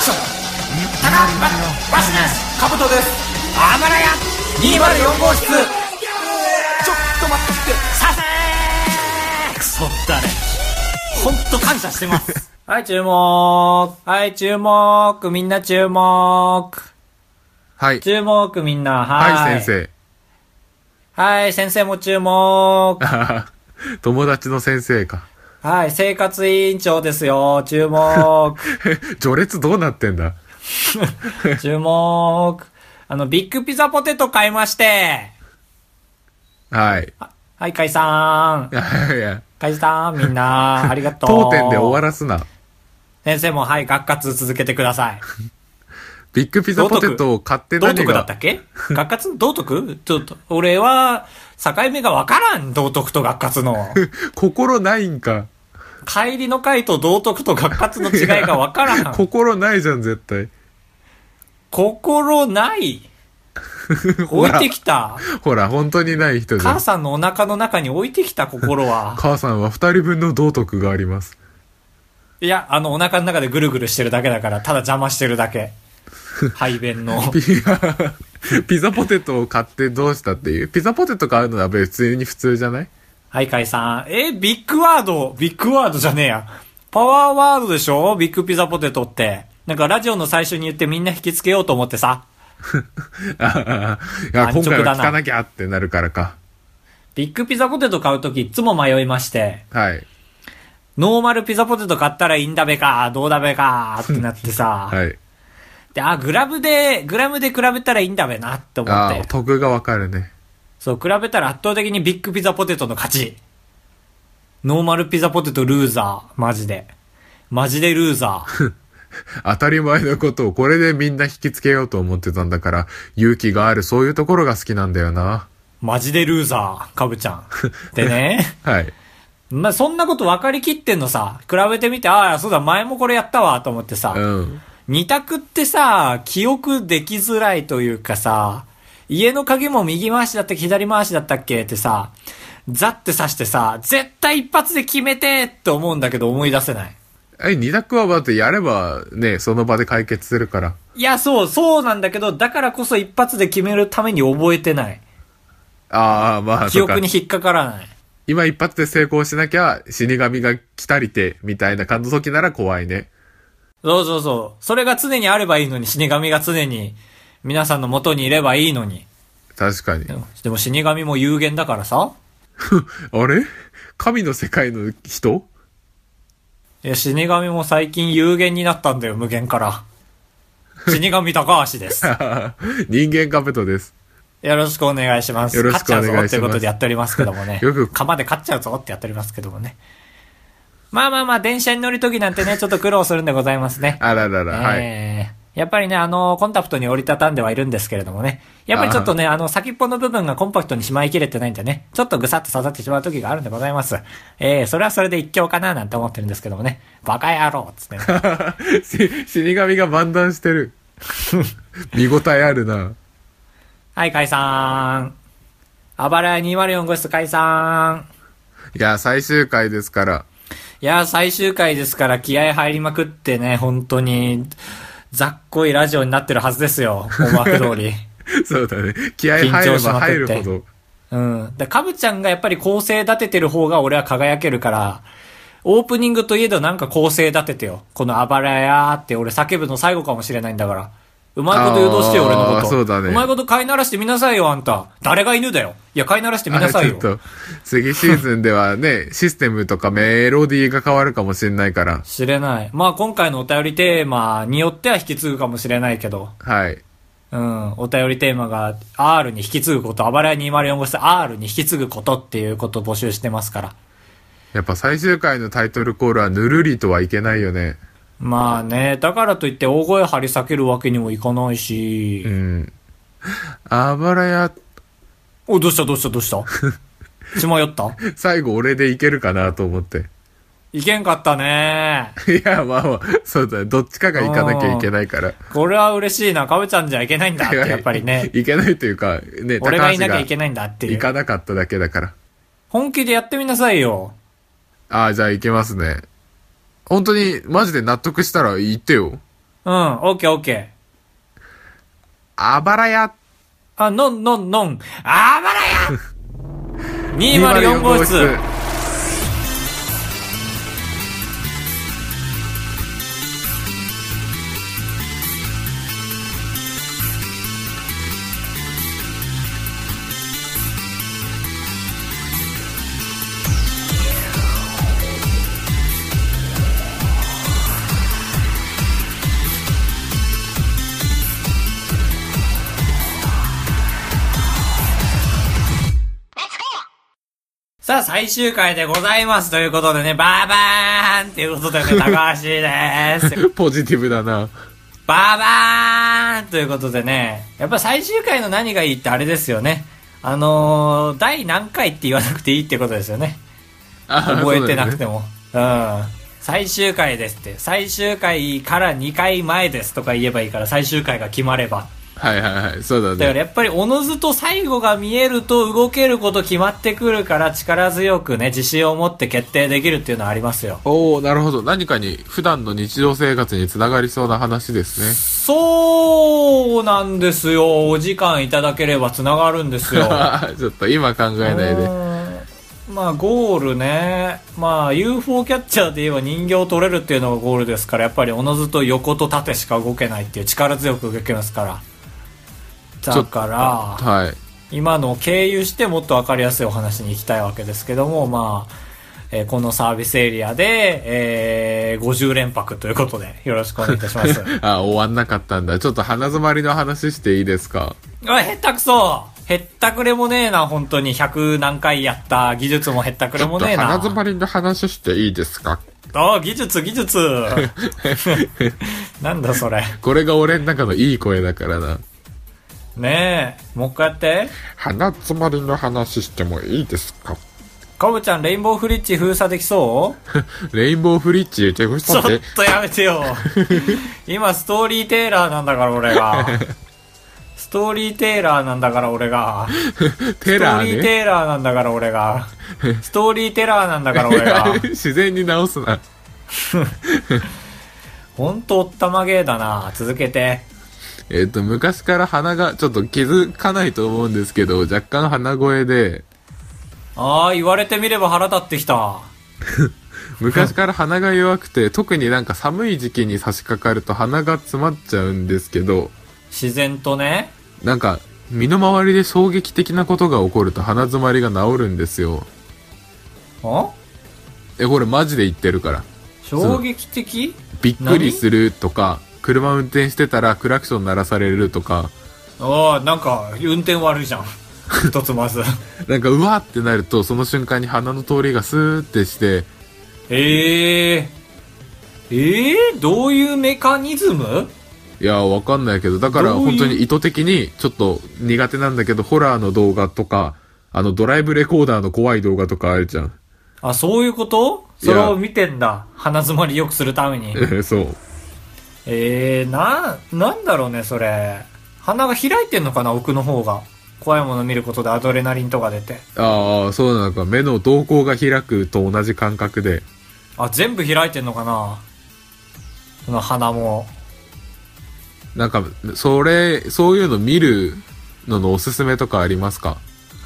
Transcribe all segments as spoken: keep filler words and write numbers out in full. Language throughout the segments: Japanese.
ションタカバシです。カブトです。あばらやにーまるよんごうしつ。ちょっと待ってさせークソだね。ほんと感謝してますはい注目はい注目みんな注目はい注目みんなはい、 はい先生はい先生も注目友達の先生か。 はい生活委員長ですよ注目序列どうなってんだ注目あのビッグピザポテト買いましてはいはい解散いやいや解散みんなありがとう当店で終わらすな。 先生もはい学活続けてくださいビッグピザポテトを買って何が道徳だったっけ学活道徳ちょっと俺は境目がわからん道徳と学活の心ないんか。 帰りの会と道徳と学活の違いがわからん心ないじゃん絶対。 心ない置いてきたほら本当にない人じゃん。 母さんのお腹の中に置いてきた心は母さんは二人分の道徳があります。 いやあのお腹の中でぐるぐるしてるだけだからただ邪魔してるだけ排便のピザピザポテトを買ってどうしたっていう。ピザポテト買うのは別に普通じゃない？ はい解散。えビッグワードビッグワードじゃねえやパワーワードでしょビッグピザポテトってなんかラジオの最初に言ってみんな引きつけようと思ってさあいや今回は聞かなきゃってなるからか。 ビッグピザポテト買うときいつも迷いましてはいノーマルピザポテト買ったらいいんだべかどうだべかってなってさ、 はい。 であグラムでグラムで比べたらいいんだべなって思ってあ得がわかるね。 そう比べたら圧倒的にビッグピザポテトの勝ち。ノーマルピザポテトルーザーマジでマジでルーザー当たり前のことをこれでみんな引きつけようと思ってたんだから勇気があるそういうところが好きなんだよな。 マジでルーザーかぶちゃんでねはいまあ、そんなこと分かりきってんのさ比べてみてああそうだ前もこれやったわと思ってさ、 うん、 二択ってさ記憶できづらいというかさ家の鍵も右回しだったっけ左回しだったっけってさザって刺してさ絶対一発で決めてって思うんだけど思い出せない。 え二択はだってやればねその場で解決するから。 いやそうそうなんだけどだからこそ一発で決めるために覚えてない。 ああまあ記憶に引っかからない。 今一発で成功しなきゃ死神が来たりてみたいな感じの時なら怖いね。 そうそうそうそれが常にあればいいのに死神が常に皆さんの元にいればいいのに。 確かに。 でも、でも死神も有限だからさあれ神の世界の人？ いや死神も最近有限になったんだよ無限から死神高橋です人間カブトです。 よろしくお願いします。 よろしくお願いします。 勝っちゃうぞっていうことでやっておりますけどもね。 よく釜で勝っちゃうぞってやっておりますけどもね。まあまあまあ、電車に乗るときなんてね、ちょっと苦労するんでございますね。 あららら、 えー、 はい。 やっぱりね、あの、コンタクトに折りたたんではいるんですけれどもね。やっぱりちょっとね、あの、先っぽの部分がコンパクトにしまいきれてないんでね、ちょっとぐさっと刺さってしまうときがあるんでございます。えー、それはそれで一興かななんて思ってるんですけどもね。バカ野郎っつってね。死神が漫談してる。見応えあるな。 はい、解散。あばらやにーまるよんごしつ解散。 いや、最終回ですから。 いや、最終回ですから気合入りまくってね、本当に、ざっこいラジオになってるはずですよ。思惑通り。 そうだね。気合入れば入るほど。 うん。で、かぶちゃんがやっぱり構成立ててる方が俺は輝けるから、オープニングといえどなんか構成立ててよ。このあばらやーって俺叫ぶの最後かもしれないんだから。うまいこと誘導してよ、俺のこと。 そうだね。 うまいこと飼いならしてみなさいよ、あんた。誰が犬だよ。いや、飼いならしてみなさいよ。 ちょっと、次シーズンではね、システムとかメロディーが変わるかもしれないから。 知れない。まあ今回のお便りテーマによっては引き継ぐかもしれないけど。 はい。 うん。お便りテーマが R に引き継ぐこと、あばらやにーまるよんごしつ R に引き継ぐことっていうことを募集してますから。 やっぱ最終回のタイトルコールはぬるりとはいけないよね。 まあね、だからといって大声張り裂けるわけにもいかないし。 うん。あばらや。 お、どうしたどうしたどうした血迷った最後俺でいけるかなと思って。 いけんかったね。 いや、まあまあ、そうだね。どっちかが行かなきゃいけないから。 これは嬉しいな。かぶちゃんじゃいけないんだって、やっぱりね。 いけないというか、ね、 俺がいなきゃいけないんだっていう。 行かなかっただけだから。 本気でやってみなさいよ。 ああ、じゃあ行けますね。本当に、マジで納得したら言ってよ。 うん、オッケーオッケー。 あばらや。 あ、のんのんのん。あばらやにまるよん号室。さあ、最終回でございますということでね、バーバーンっていうことでね、高橋でーす。 ポジティブだな。 バーバーンということでね、やっぱ最終回の何がいいってあれですよね。あのー、第何回って言わなくていいってことですよね。覚えてなくても。う, ね、うん。最終回ですって。最終回からにかいまえですとか言えばいいから、最終回が決まれば。 はいはいはい、そうだね。 だからやっぱりおのずと最後が見えると動けること決まってくるから、力強くね、自信を持って決定できるっていうのはありますよ。 おー、なるほど。何かに普段の日常生活につながりそうな話ですね。 そうなんですよ。お時間いただければつながるんですよ。 ちょっと今考えないで。 まあゴールね、まあ ユーフォー キャッチャーで言えば人形を取れるっていうのがゴールですから、やっぱりおのずと横と縦しか動けないっていう、力強く動けますから。だから、 はい、 今のを経由してもっと分かりやすいお話に行きたいわけですけども、まあ、えー、このサービスエリアで、えー、ごじゅう連泊ということでよろしくお願いいたします。 あ、終わんなかったんだ。ちょっと鼻詰まりの話していいですか？ あ、へったくそへったくれもねえな、本当にひゃく何回やった技術もへったくれもねえな。 ちょっと鼻詰まりの話していいですか？ あ、技術技術なんだそれ。 これが俺の中のいい声だからな。 ねえ、もう一回やって。 鼻詰まりの話してもいいですか？ かぶちゃん、レインボーフリッジ封鎖できそうレインボーフリッジ封鎖って。 ちょっとやめてよ。今ストーリーテーラーなんだから俺が。ストーリーテーラーなんだから俺が。 テラーね。 ストーリーテーラーなんだから俺が。ストーリーテラーなんだから俺が。 自然に直すな。 ほんとおったまげーだな。続けて。 えっと、昔から鼻が、ちょっと気づかないと思うんですけど、若干鼻声で。 ああ、言われてみれば腹立ってきた。 昔から鼻が弱くて、特になんか寒い時期に差し掛かると鼻が詰まっちゃうんですけど。 自然とね。 なんか、身の回りで衝撃的なことが起こると鼻詰まりが治るんですよ。 あ？ え、これマジで言ってるから。 衝撃的？ びっくりするとか、車運転してたらクラクション鳴らされるとか。 ああ、なんか運転悪いじゃん。一つまず。 なんかうわーってなると、その瞬間に鼻の通りがスーってして。 ええー、ええー、どういうメカニズム？ いや、わかんないけど、だから本当に意図的にちょっと苦手なんだけど、ホラーの動画とか、あのドライブレコーダーの怖い動画とかあるじゃん。 あ、そういうこと？それを見てんだ。鼻詰まり良くするために。 そう。 えー、な、なんだろうね、それ。鼻が開いてんのかな、奥の方が。怖いもの見ることでアドレナリンとか出て。 ああ、そうなのか。目の瞳孔が開くと同じ感覚で。 あ、全部開いてんのかな、その鼻も。 なんか、それ、そういうの見るののおすすめとかありますか？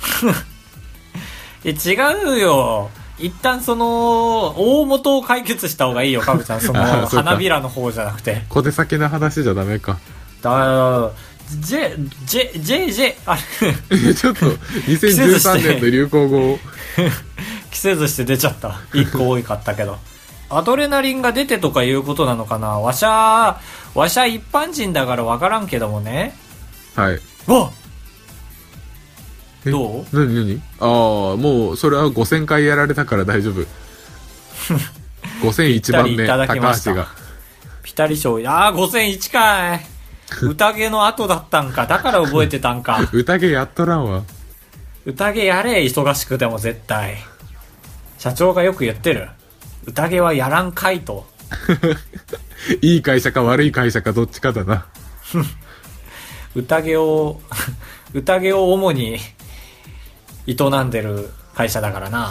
え、違うよ。一旦その大元を解決した方がいいよ、かぶちゃん。その花びらの方じゃなくて。 小手先の話じゃダメか。 だ、J、J、J、J、あれ。ちょっと、にせんじゅうさんねんの流行語。 季節して出ちゃった。一個多かったけど。アドレナリンが出てとかいうことなのかな。わしゃ、わしゃ一般人だからわからんけどもね。 はい。 わっどう？ なになに？ああ、もうそれはごせんかいやられたから大丈夫。ごせんいちばんめ、高橋が。 ピタリ賞。ああ、ごせんいちかい。宴の後だったんか。だから覚えてたんか。 宴やっとらんわ。 宴やれ、忙しくても絶対。社長がよく言ってる。宴はやらんかいと。 いい会社か悪い会社かどっちかだな。 宴を、宴を主に営んでる会社だからな。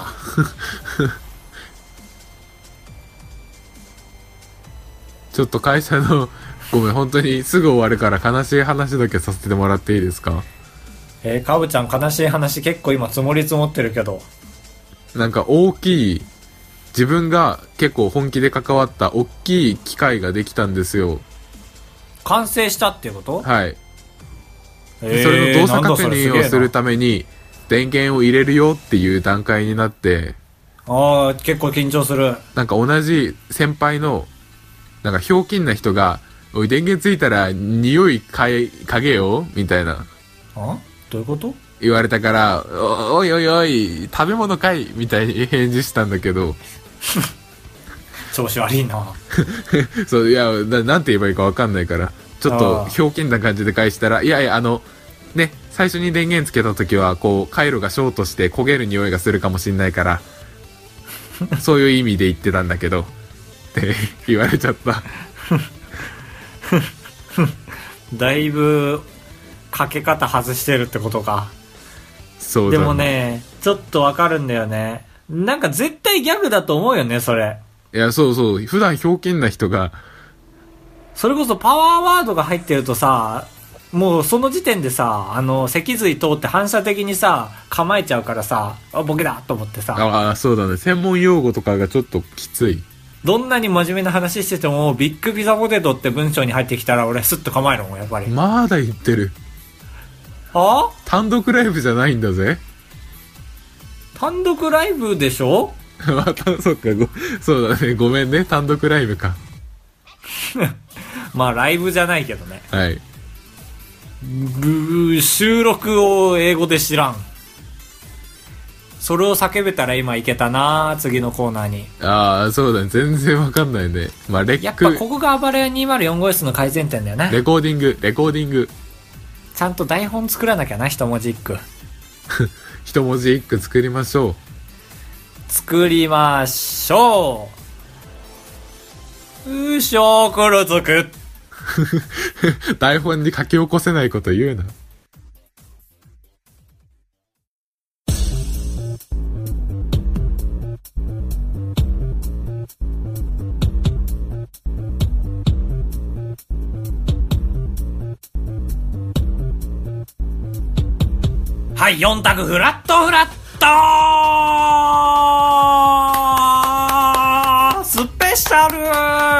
ちょっと会社のごめん、本当にすぐ終わるから悲しい話だけさせてもらっていいですか？ えー、かぶちゃん悲しい話結構今積もり積もってるけど。 なんか大きい、自分が結構本気で関わった大きい機械ができたんですよ。 完成したっていうこと？ はい。 えー、 それの動作確認をするために電源を入れるよっていう段階になって、 ああ、結構緊張する。 なんか同じ先輩のなんかひょうきんな人が、おい電源ついたら匂い嗅嗅げよみたいな。 あ？どういうこと？ 言われたから、お, おいおいおい食べ物かいみたいに返事したんだけど調子悪いなそういやな、なんて言えばいいか分かんないからちょっとひょうきんな感じで返したら、いやいやあのね、最初に電源つけた時はこう回路がショートして焦げる匂いがするかもしんないからそういう意味で言ってたんだけどって言われちゃっただいぶかけ方外してるってことか。 そうだね。 でもね、ちょっとわかるんだよね。なんか絶対ギャグだと思うよね、それ。 いや、そうそう。普段ひょうきんな人が。 それこそパワーワードが入ってるとさ、もうその時点でさ、あの、脊髄通って反射的にさ、構えちゃうからさ、あ、ボケだと思ってさ。 ああ、そうだね。専門用語とかがちょっときつい。 どんなに真面目な話してても、ビッグピザポテトって文章に入ってきたら俺スッと構えるもん、やっぱり。 まだ言ってる。 はぁ？ 単独ライブじゃないんだぜ。 単独ライブでしょ？ また、そっか、ご、そうだね。ごめんね。単独ライブか。 まあ、ライブじゃないけどね。 はい。 ぐ収録を英語で知らん。それを叫べたら今いけたな、次のコーナーに。 ああ、そうだね。全然わかんないね。まあ、レック。 やっぱここが暴れ屋にーまるよん号室の改善点だよね。 レコーディング、レコーディング。 ちゃんと台本作らなきゃな、一文字一句。 一文字一句作りましょう。 作りましょう。うしょうくるつく。 台本に書き起こせないこと言うな。 はい、よん択フラットフラットスペシャル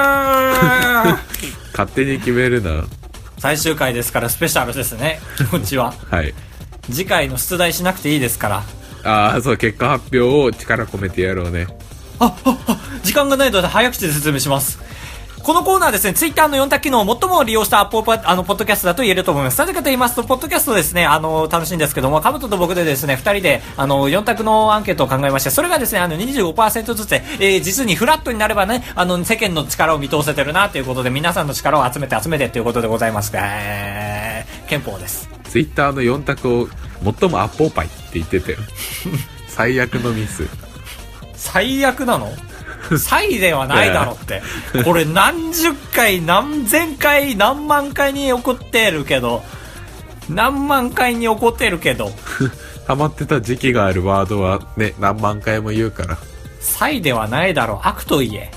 勝手に決めるな。 最終回ですからスペシャルですね、気持ちは。 はい。 次回の出題しなくていいですから。 ああ、そう、結果発表を力込めてやろうね。 あ、あ、あ、時間がないので早口で説明します。このコーナーですね、ツイッターのよん択機能を最も利用したポあのポッドキャストだと言えると思います。なぜかと言いますと、ポッドキャストですね、あの楽しいんですけども、カブトと僕でですね、ふたりであのよん択のアンケートを考えまして、それがですね、あの にじゅうごパーセント ずつで、えー、実にフラットになればね、あの世間の力を見通せてるなということで、皆さんの力を集めて集めてということでございますが、えー、憲法です。 ツイッターのよん択を最もアッポーパイって言ってたよ。最悪のミス。 最悪なの？サイではないだろって。これ何十回何千回何万回に起こってるけど何万回に起こってるけど溜まってた時期があるワードはね、何万回も言うから。 サイではないだろ、悪と言え。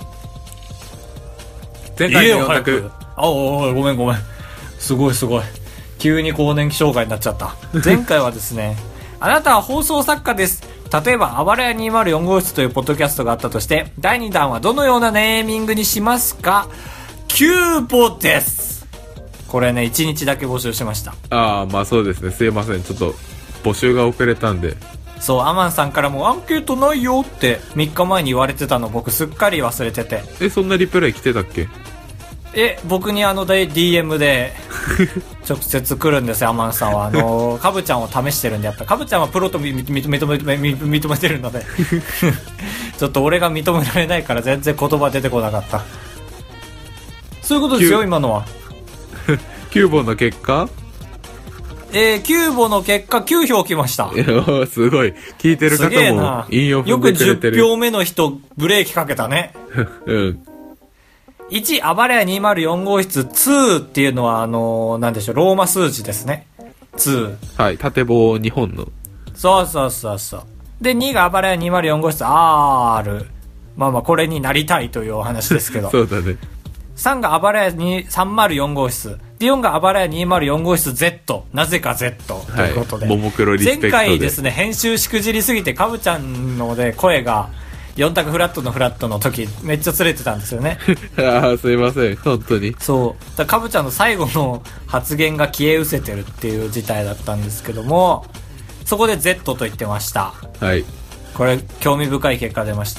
前回のよん択。 あ、おいおい、ごめんごめん、すごいすごい、急に更年期障害になっちゃった。前回はですね、あなたは放送作家です。例えば、あばらやにーまるよん号室というポッドキャストがあったとして、だいにだんはどのようなネーミングにしますか？キューポです。これね、いちにちだけ募集しました。 ああ、まあそうですね。すいません。ちょっと、募集が遅れたんで。 そう、アマンさんからもアンケートないよってみっかまえに言われてたの僕すっかり忘れてて。 え、そんなリプライ来てたっけ？ え、僕にあの ディーエム で直接来るんですよ、アマンさんは。あのカブちゃんを試してるんで、やっぱカブちゃんはプロと認め認めてるのでちょっと俺が認められないから全然言葉出てこなかった。そういうことですよ、今のは。 キューボの結果、 えー、キューボの結果きゅうひょう来ました。 すごい。聞いてる方も引用踏んでくれてる。 よくじゅっぴょうめの人ブレーキかけたね。 うん。 いち、あばれやにーまるよん号室にっていうのは、あのー、なんでしょう、ローマ数字ですね。に。 はい、縦棒にほんの。 そうそうそうそう。で、にがあばれやにーまるよん号室 R。まあまあ、これになりたいというお話ですけど。 そうだね。 さんがあばらやさんまるよん号室で、よんがあばらやにまるよん号室 Z、 なぜか Z ということで、 はい、ももクロリスペクトで前回ですね、編集しくじりすぎてかぶちゃんので声がよん択フラットのフラットの時めっちゃ釣れてたんですよね。 ああ、すいません、本当に。 そうだ、かぶちゃんの最後の発言が消え失せてるっていう事態だったんですけども、そこで Z と言ってました。 はい、 これ興味深い結果出ました。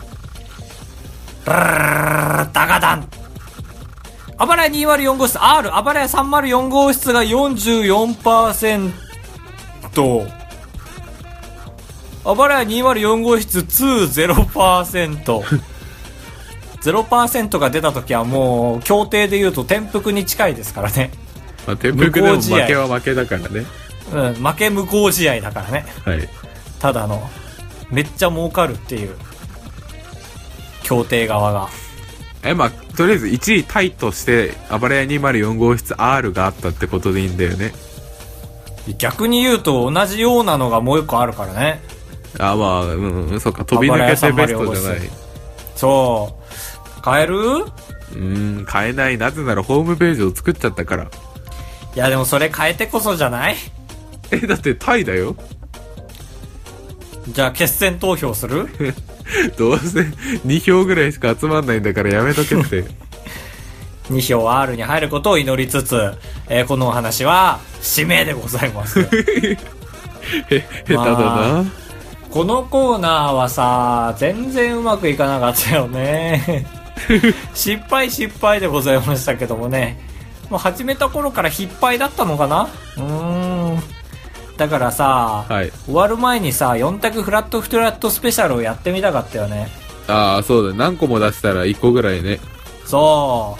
ダガダン、あばらやにまるよん号室 R、 あばらやさんまるよん号室が よんじゅうよんパーセント、 あばらやにまるよん号室に ゼロパーセント ゼロパーセント が出た時はもう協定で言うと転覆に近いですからね。 まあ、転覆でも負けは負けだからね。 うん、負け無効試合だからね。 はい、 ただのめっちゃ儲かるっていう協定側が。 え、まあ、とりあえずいちいタイとしてあばらやにまるよん号室 R があったってことでいいんだよね。 逆に言うと同じようなのがもう一個あるからね。 あ、まあ、うん、そっか、飛び抜けてベストじゃない。 そう変える？ うーん、変えない。なぜならホームページを作っちゃったから。いやでもそれ変えてこそじゃない？ え、だってタイだよ。 じゃあ決選投票する？ どうせに票ぐらいしか集まんないんだからやめとけって。 に票 R に入ることを祈りつつ、えー、このお話は指名でございます。 へ、下手だな、まあ、 このコーナーはさ、全然うまくいかなかったよね。失敗失敗でございましたけどもね、もう始めた頃から失敗だったのかな。うーん、だからさ、はい、終わる前にさよん択フラットフラットスペシャルをやってみたかったよね。 ああ、そうだ、何個も出したらいっこぐらいね。 そう、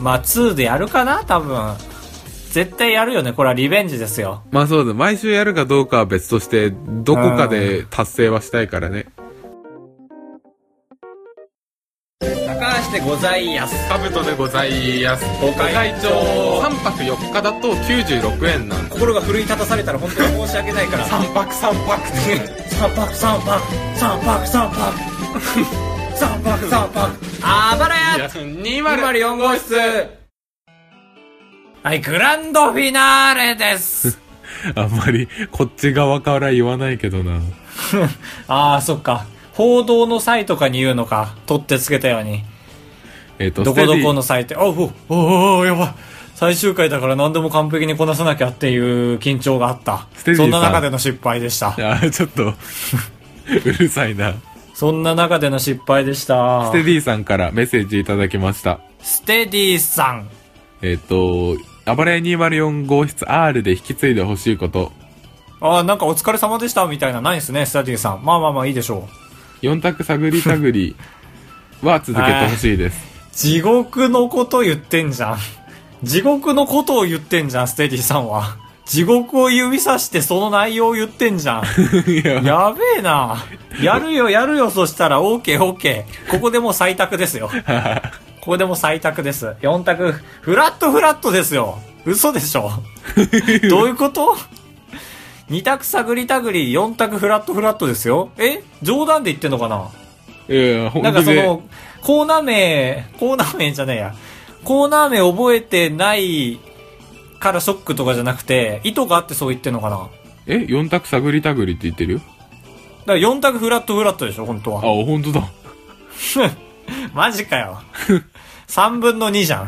まあにでやるかな、多分絶対やるよね。これはリベンジですよ。 まあそうだ、毎週やるかどうかは別としてどこかで達成はしたいからね。 高橋でございやす、 カブトでございやす。ご会長さんぱくよっかだときゅうじゅうろくえんなんで、 心が奮い立たされたら本当に申し訳ないから。 さんぱくさんぱくさんぱくさんぱくさんぱくさんぱくさんぱくさんぱくあばらやにまるよん号室。はい、グランドフィナーレです。 あんまりこっち側から言わないけどな。 ああ、そっか、報道の際とかに言うのか、取ってつけたように。えっとどこどこの際って、おうおお、やばい、最終回だから何でも完璧にこなさなきゃっていう緊張があった。そんな中での失敗でした。 あ、ちょっとうるさいな。 そんな中での失敗でした。 ステディさんからメッセージいただきました。 ステディさん、 えっとあばらやにまるよん号室 R で引き継いでほしいこと。 ああ、なんかお疲れ様でしたみたいなないですね、ステディさん。まあまあまあいいでしょう。よん択探り探りは続けてほしいです。 地獄のこと言ってんじゃん。地獄のことを言ってんじゃん、ステディさんは。地獄を指さしてその内容を言ってんじゃん。や, やべえな。やるよやるよ。そしたら OK OK。ここでもう最択ですよ。ここでも最択です。よん択フラットフラットですよ。嘘でしょ。どういうこと？に択探り探り、よん択フラットフラットですよ。え、冗談で言ってんのかな。 いやいや、本気で。 なんかそのコーナー名コーナー名じゃねえやコーナー名覚えてないからショックとかじゃなくて、意図があってそう言ってんのかな。 え、よん択探り探りって言ってるよ。だからよん択フラットフラットでしょ、本当は。 あ、本当だ。 マジかよ。さんぶんのにじゃん。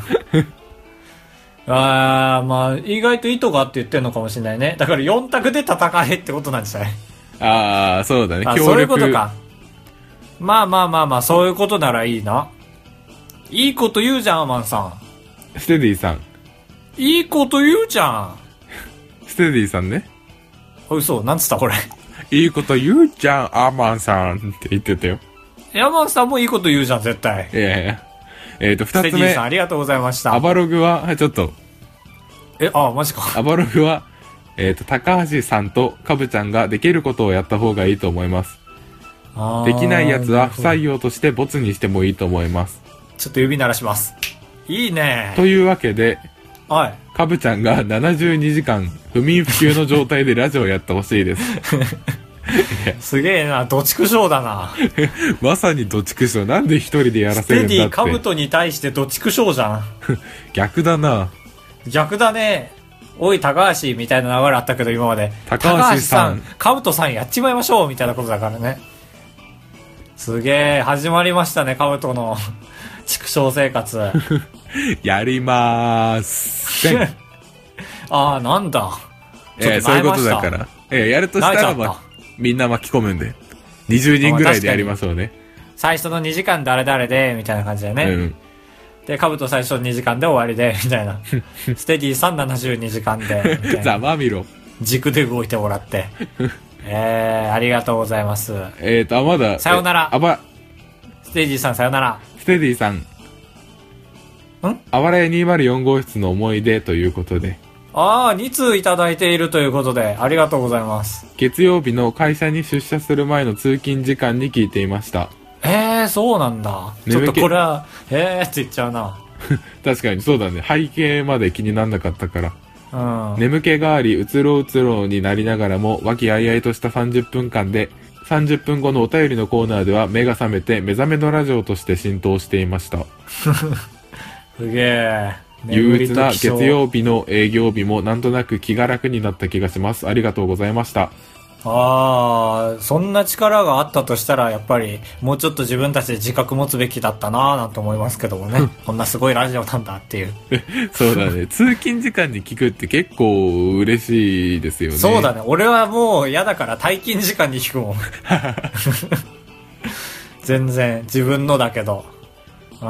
あー、まあ意外と意図があって言ってんのかもしれないね。だからよん択で戦えってことなんじゃない？ ああ、そうだね。 あ、そういうことか。まあまあまあまあ、そういうことならいいな。いいこと言うじゃん、アマンさん。 ステディさん。 いいこと言うじゃん。 ステディさんね。 あ、嘘、なんつったこれ。 いいこと言うじゃん、アマンさんって言ってたよ。 アマンさんもいいこと言うじゃん、絶対。 いやいや。えっと、二つ目。 ステディさん、ありがとうございました。 アバログは、ちょっと。 え、あ、マジか。 アバログは、えっと、高橋さんとカブちゃんができることをやった方がいいと思います。できないやつは不採用としてボツにしてもいいと思います。 ちょっと指鳴らします。いいね。 というわけで、 はい。 カブちゃんがななじゅうにじかん不眠不休の状態でラジオをやってほしいです。 すげえな、どちくしょうだな。 まさにどちくしょう。なんで一人でやらせるんだって。 ステディカブトに対してどちくしょうじゃん。 逆だな。 逆だね。おい高橋みたいな流れあったけど今まで。 高橋さん、 カブトさんやっちまいましょうみたいなことだからね。すげえ、始まりましたね、カブトの畜生生活。 やりまーす。 ああ、なんだ。 えー、そういうことだから。えー、やるとしたら、ま、みんな巻き込むんで。にじゅうにんぐらいでやりましょうね。 最初のにじかん誰々で、みたいな感じだよね。うん。で、カブト最初のにじかんで終わりで、みたいな。ステディさんななじゅうにじかんで、みたいな。 ざまみろ。 軸で動いてもらって。えー、ありがとうございます。 えーと、あ、まだ。 さよなら。 あば、 ステディさんさよなら。 ステディさん。 んあばらやにまるよん号室の思い出ということで。 ああ、に通いただいているということで、ありがとうございます。 月曜日の会社に出社する前の通勤時間に聞いていました。 えー、そうなんだ。ちょっとこれは、えーって言っちゃうな。 確かにそうだね。背景まで気になんなかったから。 うん、 眠気がありうつろうつろになりながらも和気あいあいとしたさんじゅっぷんかんで、さんじゅっぷんごのお便りのコーナーでは目が覚めて目覚めのラジオとして浸透していました。 すげえ。 憂鬱な月曜日の営業日もなんとなく気が楽になった気がします。ありがとうございました。 ああ、そんな力があったとしたらやっぱりもうちょっと自分たちで自覚持つべきだったなぁなんて思いますけどもね。こんなすごいラジオなんだっていう。 そうだね。通勤時間に聞くって結構嬉しいですよね。 そうだね。俺はもう嫌だから退勤時間に聞くもん。全然自分のだけど。うん。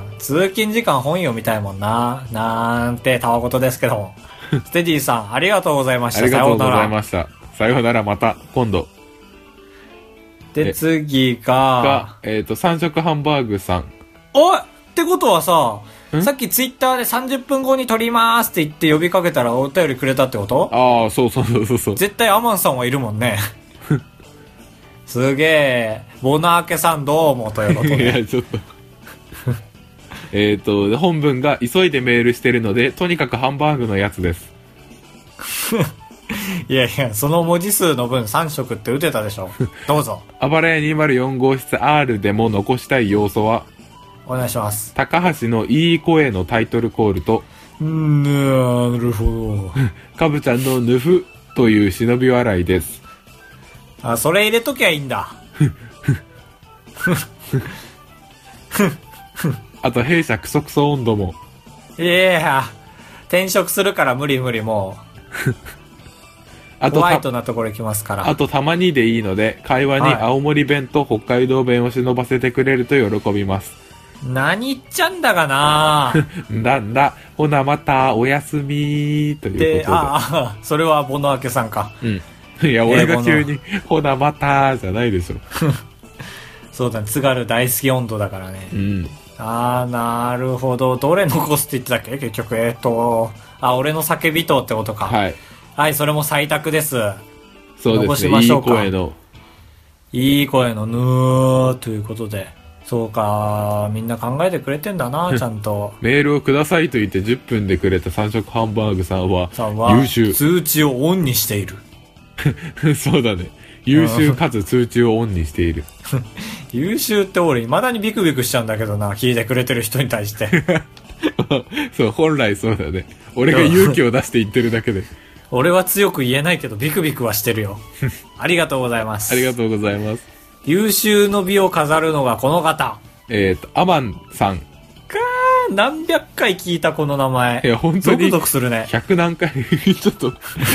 通勤時間本読みたいもんな。なんてたわごとですけども。ステディさんありがとうございました。 ありがとうございました。さようなら、また、今度。 で、次が、 が、えっと、三色ハンバーグさん。 おいってことはさ、さっきツイッターでさんじゅっぷんごに撮りますって言って呼びかけたらお便りくれたってこと？ ああ、そうそうそうそう。 絶対アマンさんはいるもんね。すげえ。ボナーケさんどうもということで。 いや、ちょっと。えっと、本文が急いでメールしてるので、とにかくハンバーグのやつです。 いやいや、その文字数の分さん色って打てたでしょ。どうぞ。 あばらやにまるよん号室 R でも残したい要素は、 お願いします。 高橋のいい声のタイトルコールと、 んー、なるほど。 かぶちゃんのヌフという忍び笑いです。 あ、それ入れときゃいいんだ。 あと弊社クソクソ温度も。 いや転職するから無理無理もう。あとホワイトなところ行きますから。 あとたまにでいいので、会話に青森弁と北海道弁を忍ばせてくれると喜びます。 何言っちゃんだがななんだ、ほなまたおやすみということで。で、 ああ、それはボノアケさんか。 うん。いや、俺が急に、ほなまたじゃないでしょ。 そうだね、津軽大好き温度だからね。 うん。 ああ、なるほど。どれ残すって言ってたっけ結局、えっと、あ、俺の叫びとってことか。 はい。 はい、それも採択です。 そうですね。いい声の。 いい声のぬーということで。そうか、みんな考えてくれてんだな、ちゃんと。 メールをくださいと言ってじゅっぷんでくれた三色ハンバーグさんは、優秀。 通知をオンにしている。 そうだね。優秀かつ通知をオンにしている。 優秀って俺未だにビクビクしちゃうんだけどな、聞いてくれてる人に対して。 そう、本来そうだね。俺が勇気を出して言ってるだけで。 俺は強く言えないけどビクビクはしてるよ。ありがとうございます。 ありがとうございます。 優秀の美を飾るのがこの方。 えっと、アマンさん。 かー、何百回聞いたこの名前。 いや、本当に。 ゾクゾクするね。 百何回、ちょっと。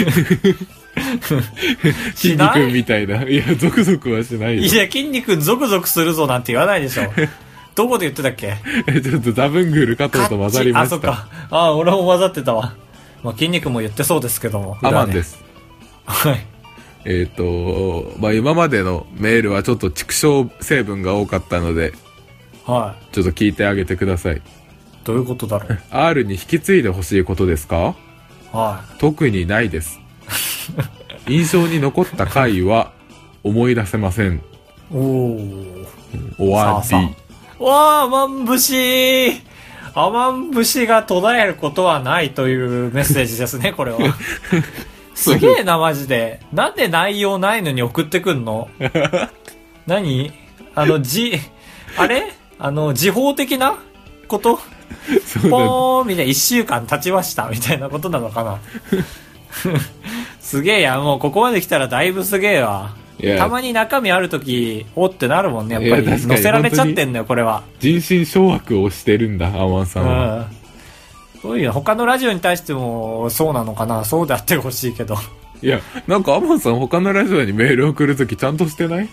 筋肉みたいな。いや、ゾクゾクはしないよ。 いや、筋肉ゾクゾクするぞなんて言わないでしょ。どこで言ってたっけ？ ちょっとザブングル加藤と混ざりました。 あ、そっか。あ、俺も混ざってたわ。まあ、筋肉も言ってそうですけども。 アマンです。 はい。 えっと、まあ、今までのメールはちょっと畜生成分が多かったので、 はい。 ちょっと聞いてあげてください。 どういうことだろう。 R に引き継いでほしいことですか？ はい。 特にないです。印象に残った回は思い出せません。 おー。 終わり。 さあさあわー、アマン節アマン節が途絶えることはないというメッセージですね、これは。 すげえな、マジで。なんで内容ないのに送ってくんの？何あの、じ、あれあの、時報的なことポーンみたいな、一週間経ちましたみたいなことなのかな。すげえや、もうここまで来たらだいぶすげえわ。たまに中身あるとき、おってなるもんね、やっぱり。乗せられちゃってんのよ、これは。 人心掌握をしてるんだ、アマンさんは。うん。 そういうの、他のラジオに対してもそうなのかな、そうであってほしいけど。 いや、なんかアマンさん他のラジオにメール送るときちゃんとしてない？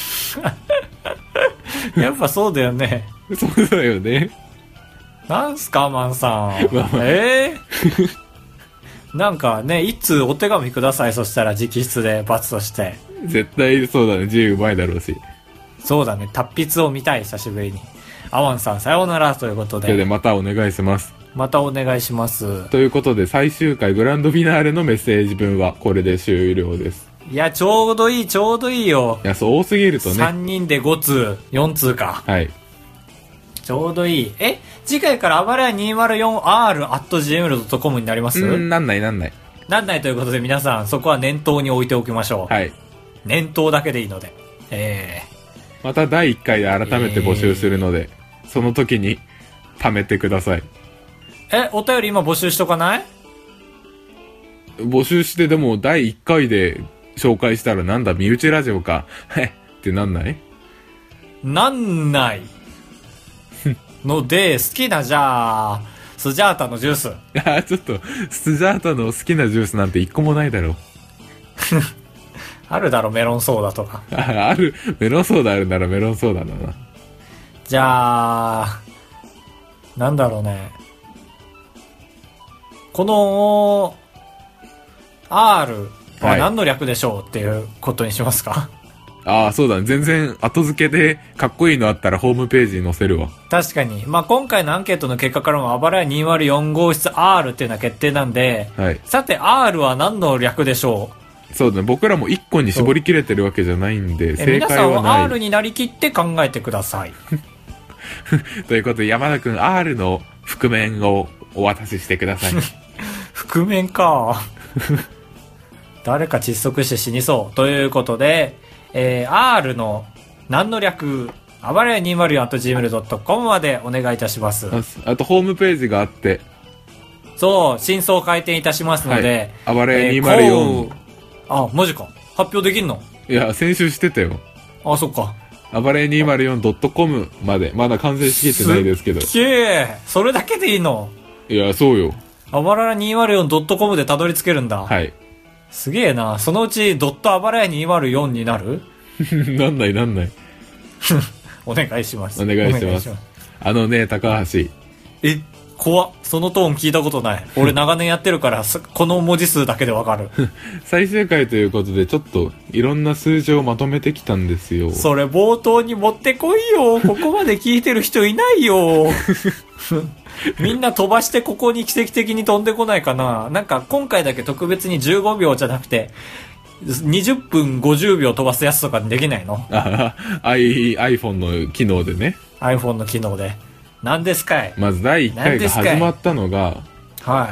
やっぱそうだよね。 そうだよね。 なんすか、アマンさん。まあまあ、えー、なんかね、一通お手紙ください、そしたら直筆で罰として。 絶対そうだね、字うまいだろうし。 そうだね、達筆を見たい、久しぶりに。アマンさん、さようならということで。 それでまたお願いします。 またお願いします。 ということで、最終回グランドフィナーレのメッセージ文はこれで終了です。 いや、ちょうどいい、ちょうどいいよ。 いや、そう多すぎるとね。 さんにんでご通、よん通か。 はい。 ちょうどいい。え、次回からあばらや にひゃくよんアール アット ジーメール ドット コム になります？ うん、なんないなんない。 なんないということで皆さん、そこは念頭に置いておきましょう。 はい。 念頭だけでいいので。えー。まただいいっかいで改めて募集するので、えー、その時に貯めてください。 え、お便り今募集しとかない？ 募集してでもだいいっかいで紹介したらなんだ身内ラジオか。へってなんない？ なんないので、好きなじゃあ、スジャータのジュース。 いや、ちょっと、スジャータの好きなジュースなんて一個もないだろう。 あるだろ、メロンソーダとか。 ある、メロンソーダあるならメロンソーダだな。 じゃあ、なんだろうね。この、R は何の略でしょうっていうことにしますか？はい、 ああ、そうだね。全然後付けでかっこいいのあったらホームページに載せるわ。 確かに。まあ、今回のアンケートの結果からもあばらやにひゃくよん号室 R っていうのは決定なんで、はい、さて R は何の略でしょう？そうだね。僕らもいっこに絞り切れてるわけじゃないんで、正解はない。皆さんは R になりきって考えてください。 ということで山田くん R の覆面をお渡ししてください。 覆面か。誰か窒息して死にそう。ということで、えー、R の何の略、あばらや にひゃくよん アット ジーメール ドット コム までお願いいたします。 あ, あとホームページがあって。 そう、真相開店いたしますので。 あばらやにひゃくよん。 あ、マジか。発表できんの？ いや、先週してたよ。 あ、そっか。 あばらや にひゃくよん ドット コム まで。まだ完成しきってないですけど。 すっげえ。それだけでいいの？ いや、そうよ。 あばらや にひゃくよん ドット コム でたどり着けるんだ。 はい。 すげえな。そのうちドットあばらやにひゃくよんになる？ なんないなんない。 お願いします。 お願いします。あのね、高橋。 え、怖っ。そのトーン聞いたことない。俺長年やってるから、この文字数だけでわかる。 最終回ということで、ちょっといろんな数字をまとめてきたんですよ。 それ冒頭に持ってこいよ。ここまで聞いてる人いないよ。みんな飛ばしてここに奇跡的に飛んでこないかな。なんか今回だけ特別にじゅうごびょうじゃなくて、にじゅっぷんごじゅうびょう飛ばすやつとかできないの？ ああ、iPhone の機能でね。 iPhone の機能で。何ですかい？ まずだいいっかいが始まったのが、 はい。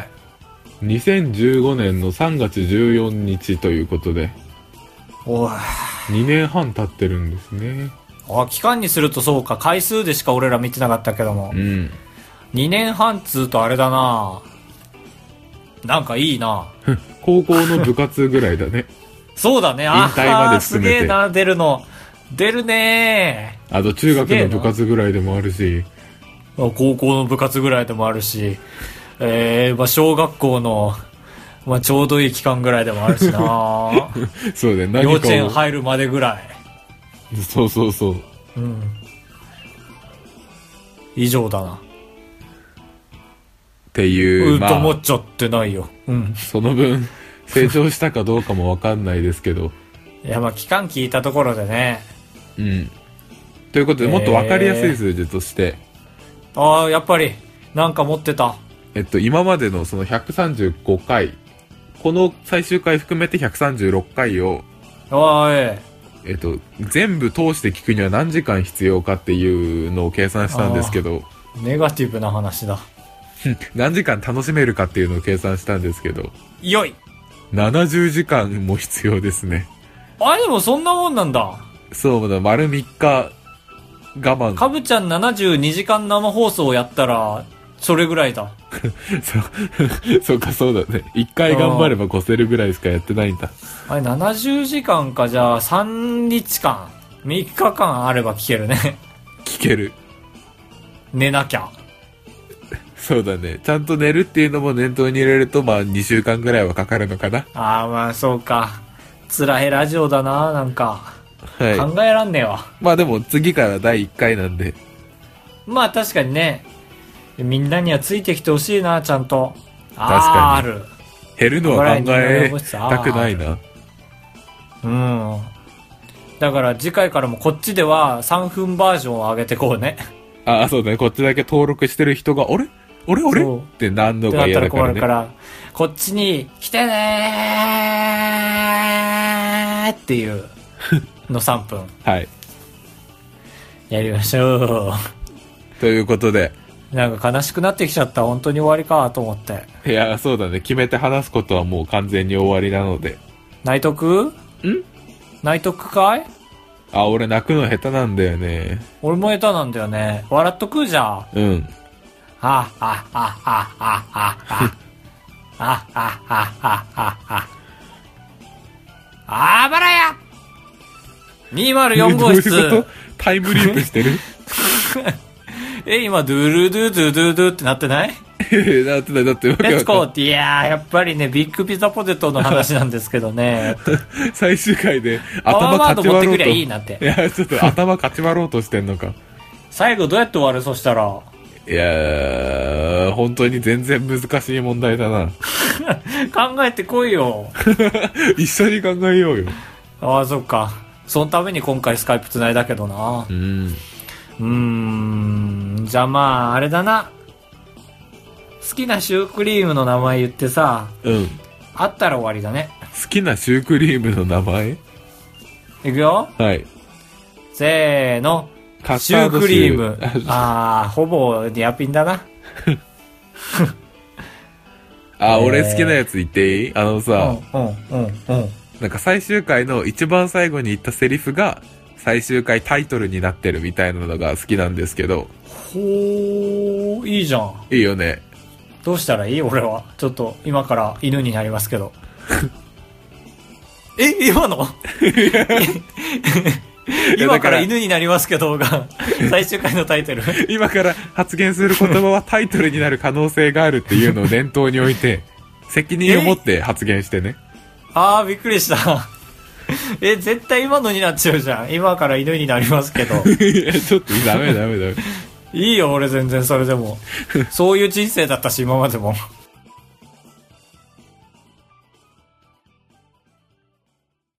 にせんじゅうごねんのさんがつじゅうよっかということで、 おにねんはん経ってるんですね。 あ、期間にするとそうか。回数でしか俺ら見てなかったけども。 うん。 にねんはんつうとあれだな。なんかいいな。 高校の部活ぐらいだね。 そうだね。 引退まで含めて。 すげえな、出るの。出るねー。あと中学の部活ぐらいでもあるし。 高校の部活ぐらいでもあるし。えー、まあ小学校の、まあちょうどいい期間ぐらいでもあるしな。 そうだね。 幼稚園入るまでぐらい。 そうそうそう。 うん。以上だな。 っていう。 うんと思っちゃってないよ。うん。 その分、成長したかどうかもわかんないですけど。 いや、まあ期間聞いたところでね。 うん。ということで、もっとわかりやすい数字として。 えー、ああ、やっぱり、なんか持ってた。 えっと、今までのそのひゃくさんじゅうごかい、この最終回含めてひゃくさんじゅうろっかいを、 ああ、ええっと、全部通して聞くには何時間必要かっていうのを計算したんですけど。 ネガティブな話だ。 何時間楽しめるかっていうのを計算したんですけど。 よいななじゅうじかんも必要ですね。 あ、でもそんなもんなんだ。 そうだ、丸みっか我慢。 かぶちゃんななじゅうにじかん生放送やったら、それぐらいだ。 そう、そうか、そうだね。いっかい頑張れば越せるぐらいしかやってないんだ。 あれ、ななじゅうじかんか、じゃあ、さんにちかん、みっかかんあれば聞けるね。 聞ける。 寝なきゃ。 そうだね。ちゃんと寝るっていうのも念頭に入れると、まあ、にしゅうかんぐらいはかかるのかな。 ああ、まあ、そうか。辛いラジオだな、なんか。 はい。 考えらんねえわ。 まあでも、次からだいいっかいなんで。 まあ、確かにね。みんなにはついてきてほしいな、ちゃんと。 確かに。 ある。 減るのは考えたくないな。 うん。だから次回からもこっちではさんぷんバージョンを上げてこうね。 ああ、そうだね。こっちだけ登録してる人が、あれあれあれって何度か嫌だからね。 ってなったら困るから、こっちに来てねーっていうのさんぷん。 はい。 やりましょう。 ということで。 なんか悲しくなってきちゃった。本当に終わりかと思って。 いや、そうだね。決めて話すことはもう完全に終わりなので。 泣いとく？ん泣いとくかい？ あ、俺泣くの下手なんだよね。 俺も下手なんだよね。笑っとくじゃん。 うん。 はっはっはっはっはっはっは。はっはっはっはっは。あばらや !にまるよん 号室。 どういうこと？タイムリープしてる？ え、今、ドゥルドゥドゥドゥドゥってなってない？ なってない、だってわけわかんない。 レッツゴーって、いやー、やっぱりね、ビッグピザポテトの話なんですけどね。 最終回で頭かち割ろうと。パワーワード持ってくりゃいいなって。 いや、ちょっと頭かち割ろうとしてんのか。 最後どうやって終わる？そしたら。 いやー、本当に全然難しい問題だな。 考えてこいよ。 一緒に考えようよ。 ああ、そっか。そのために今回スカイプ繋いだけどな。 うん。 うーん、じゃあまあ、あれだな。好きなシュークリームの名前言ってさ、 うん。 あったら終わりだね。 好きなシュークリームの名前？ いくよ。 はい。 せーの。シュークリーム。あー、ほぼニアピンだな。 あ、えー、俺好きなやつ言っていい？あのさ、 うん、うん、うん、うん。 なんか最終回の一番最後に言ったセリフが、最終回タイトルになってるみたいなのが好きなんですけど。 ほー、いいじゃん。 いいよね。 どうしたらいい？俺は。ちょっと、今から犬になりますけど。え、今の今から犬になりますけどが、最終回のタイトル。 今から発言する言葉はタイトルになる可能性があるっていうのを念頭に置いて、責任を持って発言してね。 あー、びっくりした。え、絶対今のになっちゃうじゃん。今から犬になりますけど。 いや、ちょっとダメダメダメ。 いいよ、俺全然それでも。そういう人生だったし、今までも。